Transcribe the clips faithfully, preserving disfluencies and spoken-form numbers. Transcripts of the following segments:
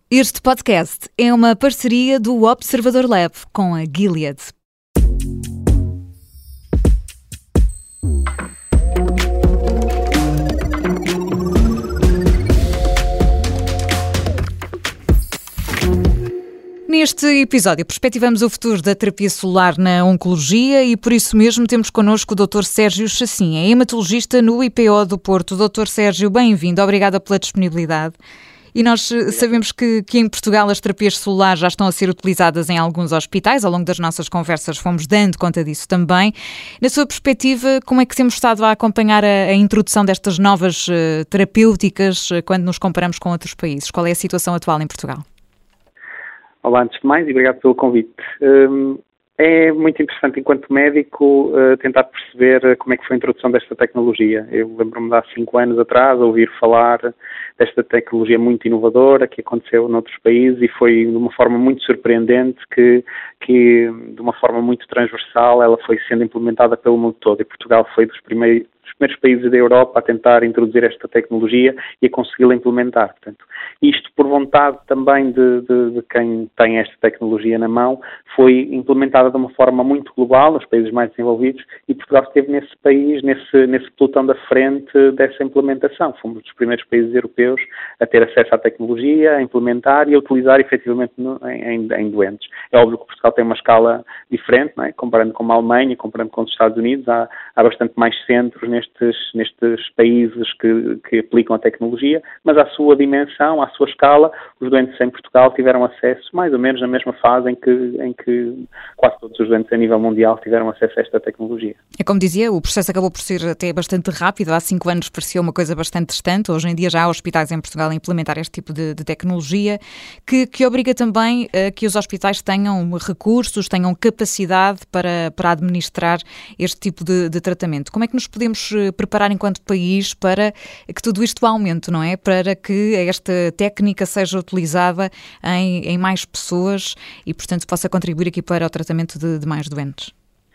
Este podcast é uma parceria do Observador Lab com a Gilead. Neste episódio, perspectivamos o futuro da terapia celular na oncologia e, por isso mesmo, temos connosco o doutor Sérgio Chacim, é hematologista no I P O do Porto. doutor Sérgio, bem-vindo, obrigada pela disponibilidade. E nós sabemos que, que em Portugal as terapias celulares já estão a ser utilizadas em alguns hospitais. Ao longo das nossas conversas fomos dando conta disso também. Na sua perspectiva, como é que temos estado a acompanhar a, a introdução destas novas uh, terapêuticas uh, quando nos comparamos com outros países? Qual é a situação atual em Portugal? Olá, antes de mais, e obrigado pelo convite. Um, é muito interessante, enquanto médico, uh, tentar perceber como é que foi a introdução desta tecnologia. Eu lembro-me de há cinco anos atrás ouvir falar desta tecnologia muito inovadora que aconteceu noutros países e foi de uma forma muito surpreendente que, que de uma forma muito transversal, ela foi sendo implementada pelo mundo todo. E Portugal foi dos primeiros dos primeiros países da Europa a tentar introduzir esta tecnologia e a consegui-la implementar. Portanto, isto por vontade também de, de, de quem tem esta tecnologia na mão, foi implementada de uma forma muito global nos países mais desenvolvidos e Portugal esteve nesse país, nesse, nesse pelotão da frente dessa implementação. Fomos dos primeiros países europeus a ter acesso à tecnologia, a implementar e a utilizar efetivamente no, em, em doentes. É óbvio que Portugal tem uma escala diferente, não é? Comparando com a Alemanha, comparando com os Estados Unidos, há, há bastante mais centros nestes, nestes países que, que aplicam a tecnologia, mas à sua dimensão, à sua escala, os doentes em Portugal tiveram acesso mais ou menos na mesma fase em que, em que quase todos os doentes a nível mundial tiveram acesso a esta tecnologia. É como dizia, o processo acabou por ser até bastante rápido, há cinco anos parecia uma coisa bastante distante, hoje em dia já há hospitais em Portugal a implementar este tipo de, de tecnologia, que, que obriga também a que os hospitais tenham recursos, tenham capacidade para, para administrar este tipo de, de tratamento. Como é que nos podemos preparar enquanto país para que tudo isto aumente, não é? Para que esta técnica seja utilizada em, em mais pessoas e, portanto, possa contribuir aqui para o tratamento de, de mais doentes.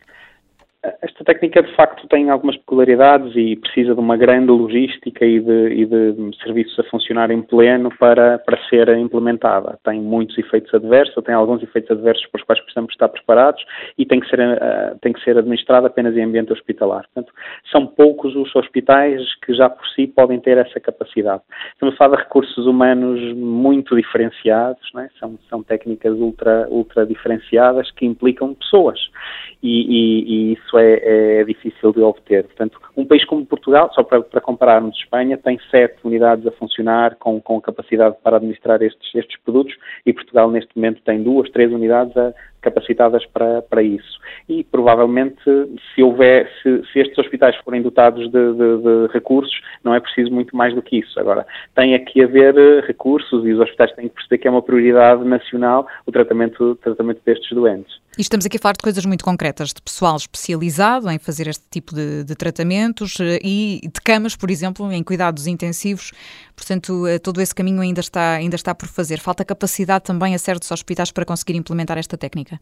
Esta técnica, de facto, tem algumas peculiaridades e precisa de uma grande logística e de, e de serviços a funcionar em pleno para, para ser implementada. Tem muitos efeitos adversos, tem alguns efeitos adversos para os quais precisamos estar preparados e tem que ser, uh, tem que ser administrada apenas em ambiente hospitalar. Portanto, são poucos os hospitais que já por si podem ter essa capacidade. Estamos a falar de recursos humanos muito diferenciados, não é? são, são técnicas ultra, ultra diferenciadas que implicam pessoas e, e, e isso É, é difícil de obter. Portanto, um país como Portugal, só para, para compararmos, Espanha tem sete unidades a funcionar com, com capacidade para administrar estes, estes produtos e Portugal neste momento tem duas, três unidades a, capacitadas para, para isso. E provavelmente, se houver, se, se estes hospitais forem dotados de, de, de recursos, não é preciso muito mais do que isso. Agora, tem aqui a haver recursos e os hospitais têm que perceber que é uma prioridade nacional o tratamento, o tratamento destes doentes. E estamos aqui a falar de coisas muito concretas, de pessoal especializado em fazer este tipo de, de tratamentos e de camas, por exemplo, em cuidados intensivos. Portanto, todo esse caminho ainda está, ainda está por fazer. Falta capacidade também a certos hospitais para conseguir implementar esta técnica?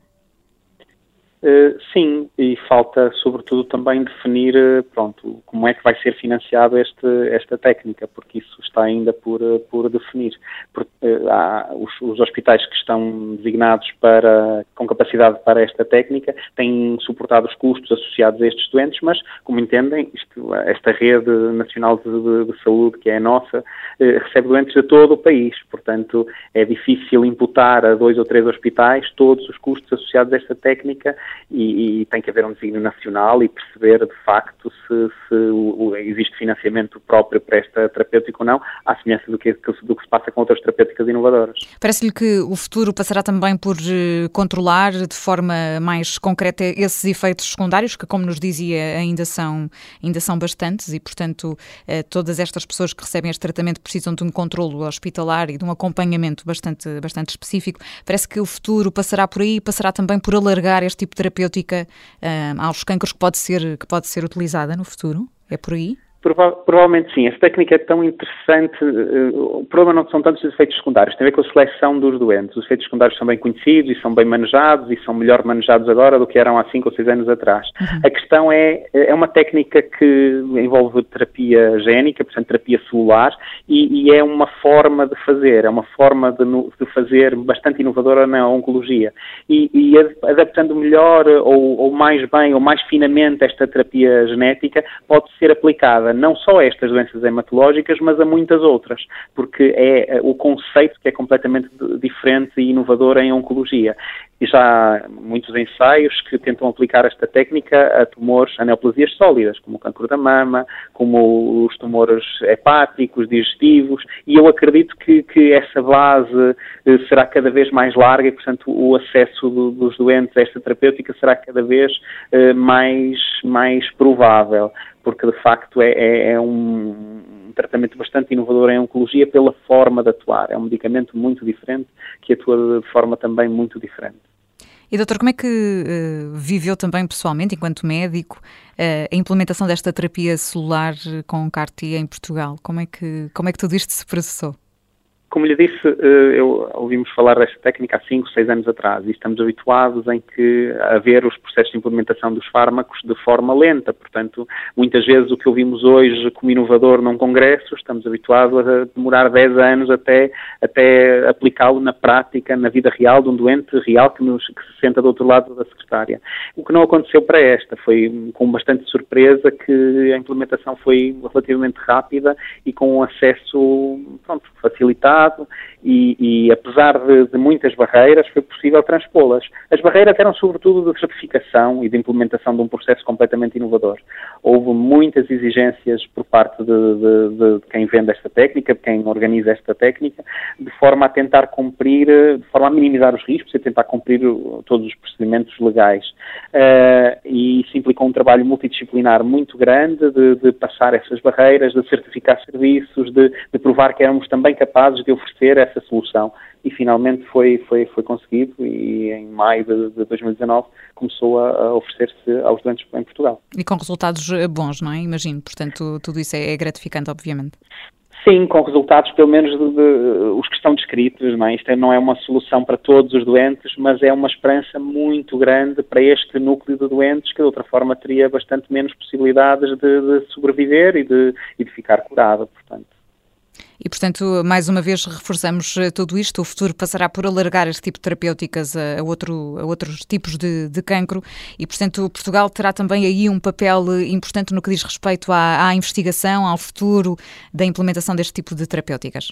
Uh, sim, e falta sobretudo também definir uh, pronto, como é que vai ser financiado este, esta técnica, porque isso está ainda por, uh, por definir. Porque, uh, há os, os hospitais que estão designados para, com capacidade para esta técnica têm suportado os custos associados a estes doentes, mas, como entendem, isto, esta rede nacional de, de, de saúde, que é a nossa, uh, recebe doentes de todo o país, portanto é difícil imputar a dois ou três hospitais todos os custos associados a esta técnica. E, e tem que haver um desígnio nacional e perceber de facto se, se o, existe financiamento próprio para esta terapêutica ou não, à semelhança do que, do que se passa com outras terapêuticas inovadoras. Parece-lhe que o futuro passará também por uh, controlar de forma mais concreta esses efeitos secundários, que, como nos dizia, ainda são, ainda são bastantes e, portanto, uh, todas estas pessoas que recebem este tratamento precisam de um controlo hospitalar e de um acompanhamento bastante, bastante específico. Parece que o futuro passará por aí e passará também por alargar este tipo de terapêutica uh, aos cancros que pode ser, que pode ser utilizada no futuro? É por aí? Prova- provavelmente sim. Essa técnica é tão interessante. Uh, o problema não são tantos os efeitos secundários, tem a ver com a seleção dos doentes. Os efeitos secundários são bem conhecidos e são bem manejados e são melhor manejados agora do que eram há cinco ou seis anos atrás. Uhum. A questão é, é uma técnica que envolve terapia génica, portanto terapia celular, e, e é uma forma de fazer, é uma forma de, de fazer bastante inovadora na oncologia. E, e adaptando melhor ou, ou mais bem ou mais finamente esta terapia genética, pode ser aplicada não só a estas doenças hematológicas, mas a muitas outras, porque é o conceito que é completamente diferente e inovador em oncologia. E já há muitos ensaios que tentam aplicar esta técnica a tumores, a neoplasias sólidas, como o cancro da mama, como os tumores hepáticos, digestivos, e eu acredito que, que essa base eh, será cada vez mais larga e, portanto, o acesso do, dos doentes a esta terapêutica será cada vez eh, mais, mais provável, porque de facto é, é, é um tratamento bastante inovador em oncologia pela forma de atuar. É um medicamento muito diferente que atua de forma também muito diferente. E doutor, como é que uh, viveu também pessoalmente, enquanto médico, uh, a implementação desta terapia celular com C A R T em Portugal? Como é que, como é que tudo isto se processou? Como lhe disse, eu, ouvimos falar desta técnica há cinco, seis anos atrás e estamos habituados em que a ver os processos de implementação dos fármacos de forma lenta. Portanto, muitas vezes o que ouvimos hoje como inovador num congresso, estamos habituados a demorar dez anos até, até aplicá-lo na prática, na vida real de um doente real que, nos, que se senta do outro lado da secretária. O que não aconteceu para esta, foi com bastante surpresa que a implementação foi relativamente rápida e com um acesso, pronto, facilitado. E, e apesar de, de muitas barreiras, foi possível transpô-las. As barreiras eram sobretudo de certificação e de implementação de um processo completamente inovador. Houve muitas exigências por parte de, de, de quem vende esta técnica, de quem organiza esta técnica, de forma a tentar cumprir, de forma a minimizar os riscos e tentar cumprir todos os procedimentos legais. Uh, e isso implicou um trabalho multidisciplinar muito grande de, de passar essas barreiras, de certificar serviços, de, de provar que éramos também capazes de oferecer essa solução e finalmente foi, foi, foi conseguido e em maio de, de dois mil e dezanove começou a, a oferecer-se aos doentes em Portugal. E com resultados bons, não é? Imagino, portanto tudo isso é, é gratificante, obviamente. Sim, com resultados pelo menos de, de, os que estão descritos, não é? Isto não é uma solução para todos os doentes, mas é uma esperança muito grande para este núcleo de doentes que de outra forma teria bastante menos possibilidades de, de sobreviver e de, e de ficar curado, portanto. E, portanto, mais uma vez reforçamos tudo isto. O futuro passará por alargar este tipo de terapêuticas a, outro, a outros tipos de, de cancro e, portanto, Portugal terá também aí um papel importante no que diz respeito à, à investigação, ao futuro da implementação deste tipo de terapêuticas.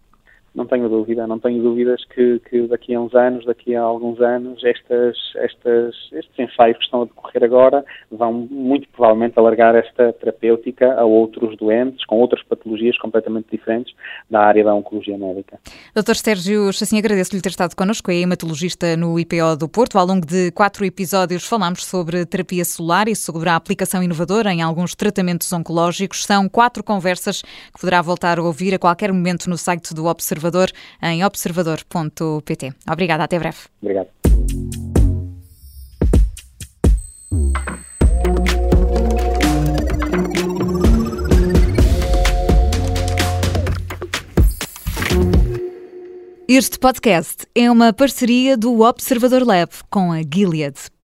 Não tenho dúvida, não tenho dúvidas que, que daqui a uns anos, daqui a alguns anos, estas, estas, estes ensaios que estão a decorrer agora vão muito provavelmente alargar esta terapêutica a outros doentes com outras patologias completamente diferentes da área da oncologia médica. doutor Sérgio Chacim, agradeço-lhe ter estado connosco, é hematologista no I P O do Porto. Ao longo de quatro episódios falámos sobre terapia celular e sobre a aplicação inovadora em alguns tratamentos oncológicos. São quatro conversas que poderá voltar a ouvir a qualquer momento no site do Observador, em observador ponto pt. Obrigada, até breve. Obrigado. Este podcast é uma parceria do Observador Lab com a Gilead.